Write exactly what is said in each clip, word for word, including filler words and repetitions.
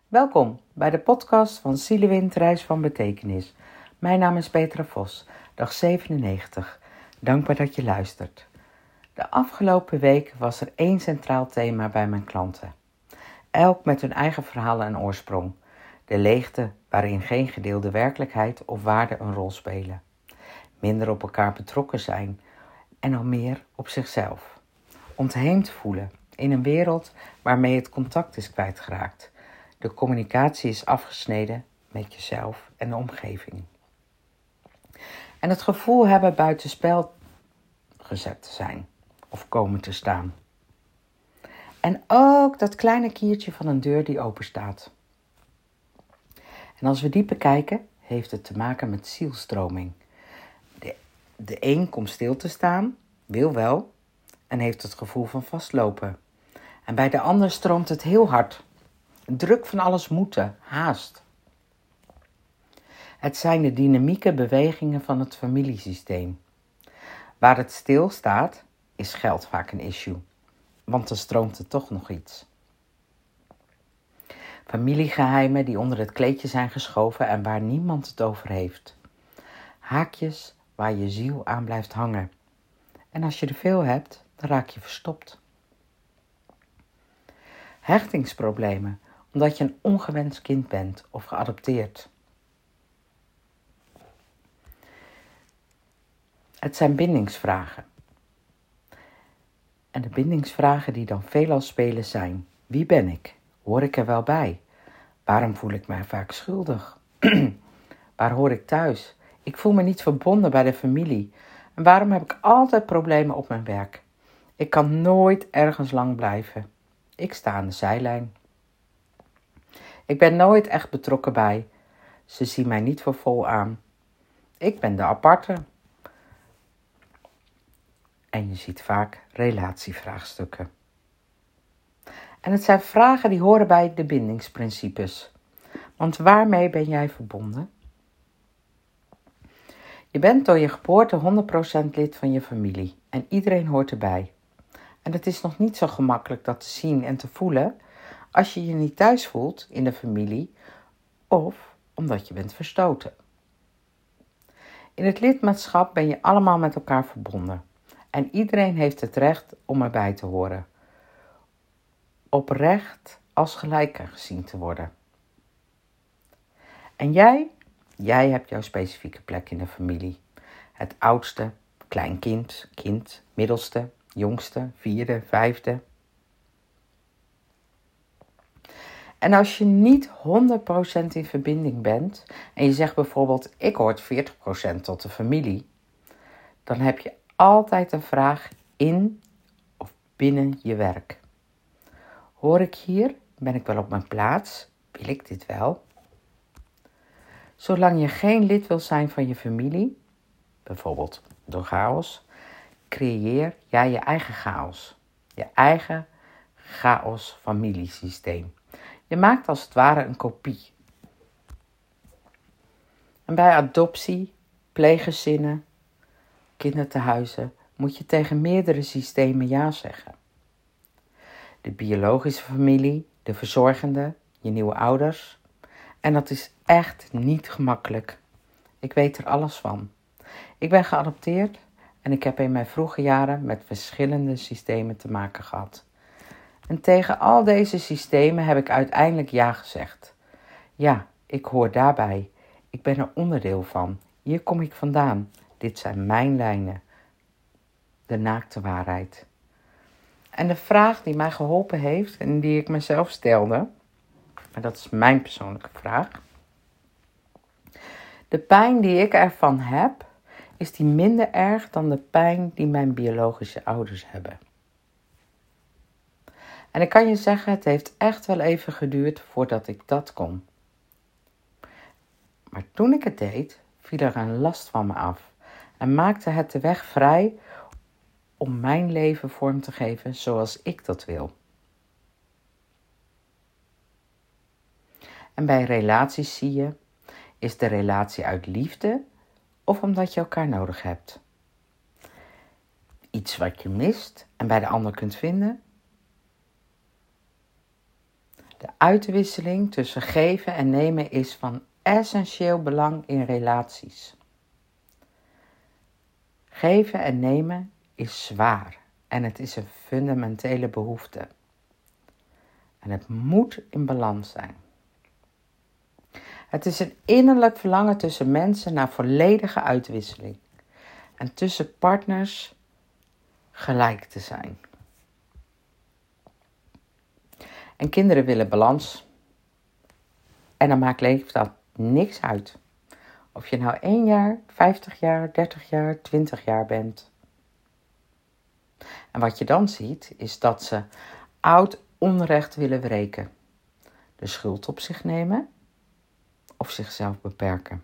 Welkom bij de podcast van Zielewind Reis van Betekenis. Mijn naam is Petra Vos, dag zevenennegentig. Dankbaar dat je luistert. De afgelopen week was er één centraal thema bij mijn klanten. Elk met hun eigen verhaal en oorsprong. De leegte waarin geen gedeelde werkelijkheid of waarde een rol spelen. Minder op elkaar betrokken zijn en al meer op zichzelf. Ontheemd voelen in een wereld waarmee het contact is kwijtgeraakt. De communicatie is afgesneden met jezelf en de omgeving. En het gevoel hebben buitenspel gezet te zijn of komen te staan. En ook dat kleine kiertje van een deur die open staat. En als we die bekijken, heeft het te maken met zielstroming. De, de een komt stil te staan, wil wel, en heeft het gevoel van vastlopen. En bij de ander stroomt het heel hard. Druk van alles moeten, haast. Het zijn de dynamieke bewegingen van het familiesysteem. Waar het stil staat, is geld vaak een issue. Want dan stroomt er toch nog iets. Familiegeheimen die onder het kleedje zijn geschoven en waar niemand het over heeft. Haakjes waar je ziel aan blijft hangen. En als je er veel hebt, dan raak je verstopt. Hechtingsproblemen, omdat je een ongewenst kind bent of geadopteerd. Het zijn bindingsvragen. En de bindingsvragen die dan veelal spelen zijn: wie ben ik? Hoor ik er wel bij? Waarom voel ik mij vaak schuldig? Waar hoor ik thuis? Ik voel me niet verbonden bij de familie. En waarom heb ik altijd problemen op mijn werk? Ik kan nooit ergens lang blijven. Ik sta aan de zijlijn. Ik ben nooit echt betrokken bij. Ze zien mij niet voor vol aan. Ik ben de aparte. En je ziet vaak relatievraagstukken. En het zijn vragen die horen bij de bindingsprincipes. Want waarmee ben jij verbonden? Je bent door je geboorte honderd procent lid van je familie. En iedereen hoort erbij. En het is nog niet zo gemakkelijk dat te zien en te voelen als je je niet thuis voelt in de familie of omdat je bent verstoten. In het lidmaatschap ben je allemaal met elkaar verbonden. En iedereen heeft het recht om erbij te horen. Oprecht als gelijke gezien te worden. En jij? Jij hebt jouw specifieke plek in de familie. Het oudste, kleinkind, kind, middelste, jongste, vierde, vijfde. En als je niet honderd procent in verbinding bent en je zegt bijvoorbeeld: ik hoor veertig procent tot de familie, dan heb je altijd een vraag in of binnen je werk. Hoor ik hier? Ben ik wel op mijn plaats? Wil ik dit wel? Zolang je geen lid wil zijn van je familie, bijvoorbeeld door chaos, creëer jij je eigen chaos. Je eigen chaos-familiesysteem. Je maakt als het ware een kopie. En bij adoptie, pleeggezinnen, kindertehuizen moet je tegen meerdere systemen ja zeggen. De biologische familie, de verzorgende, je nieuwe ouders. En dat is echt niet gemakkelijk. Ik weet er alles van. Ik ben geadopteerd en ik heb in mijn vroege jaren met verschillende systemen te maken gehad. En tegen al deze systemen heb ik uiteindelijk ja gezegd. Ja, ik hoor daarbij. Ik ben er onderdeel van. Hier kom ik vandaan. Dit zijn mijn lijnen. De naakte waarheid. En de vraag die mij geholpen heeft en die ik mezelf stelde, en dat is mijn persoonlijke vraag. De pijn die ik ervan heb, is die minder erg dan de pijn die mijn biologische ouders hebben. En ik kan je zeggen, het heeft echt wel even geduurd voordat ik dat kon. Maar toen ik het deed, viel er een last van me af en maakte het de weg vrij om mijn leven vorm te geven zoals ik dat wil. En bij relaties zie je, is de relatie uit liefde of omdat je elkaar nodig hebt? Iets wat je mist en bij de ander kunt vinden? De uitwisseling tussen geven en nemen is van essentieel belang in relaties. Geven en nemen is zwaar en het is een fundamentele behoefte. En het moet in balans zijn. Het is een innerlijk verlangen tussen mensen naar volledige uitwisseling. En tussen partners gelijk te zijn. En kinderen willen balans. En dan maakt leeftijd niks uit. Of je nou één jaar, vijftig jaar, dertig jaar, twintig jaar bent. En wat je dan ziet, is dat ze oud onrecht willen wreken. De schuld op zich nemen of zichzelf beperken.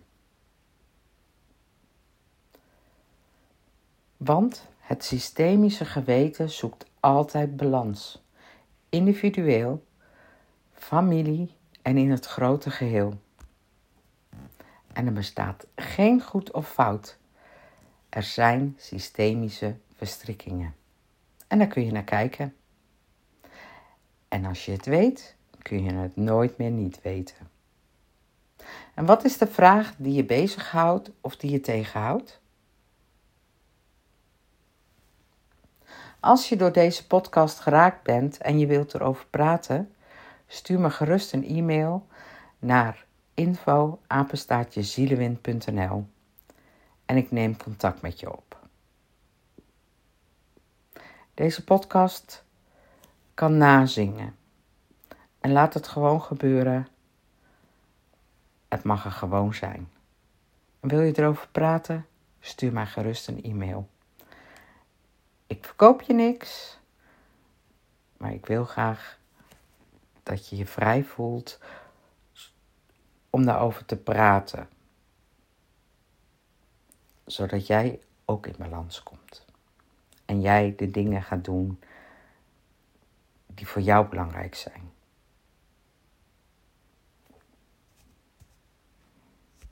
Want het systemische geweten zoekt altijd balans. Individueel, familie en in het grote geheel. En er bestaat geen goed of fout. Er zijn systemische verstrikkingen. En daar kun je naar kijken. En als je het weet, kun je het nooit meer niet weten. En wat is de vraag die je bezighoudt of die je tegenhoudt? Als je door deze podcast geraakt bent en je wilt erover praten, stuur me gerust een e-mail naar info apenstaartje zielewind punt n l en ik neem contact met je op. Deze podcast kan nazingen en laat het gewoon gebeuren. Het mag er gewoon zijn. En wil je erover praten? Stuur mij gerust een e-mail. Ik verkoop je niks, maar ik wil graag dat je je vrij voelt om daarover te praten. Zodat jij ook in balans komt. En jij de dingen gaat doen die voor jou belangrijk zijn.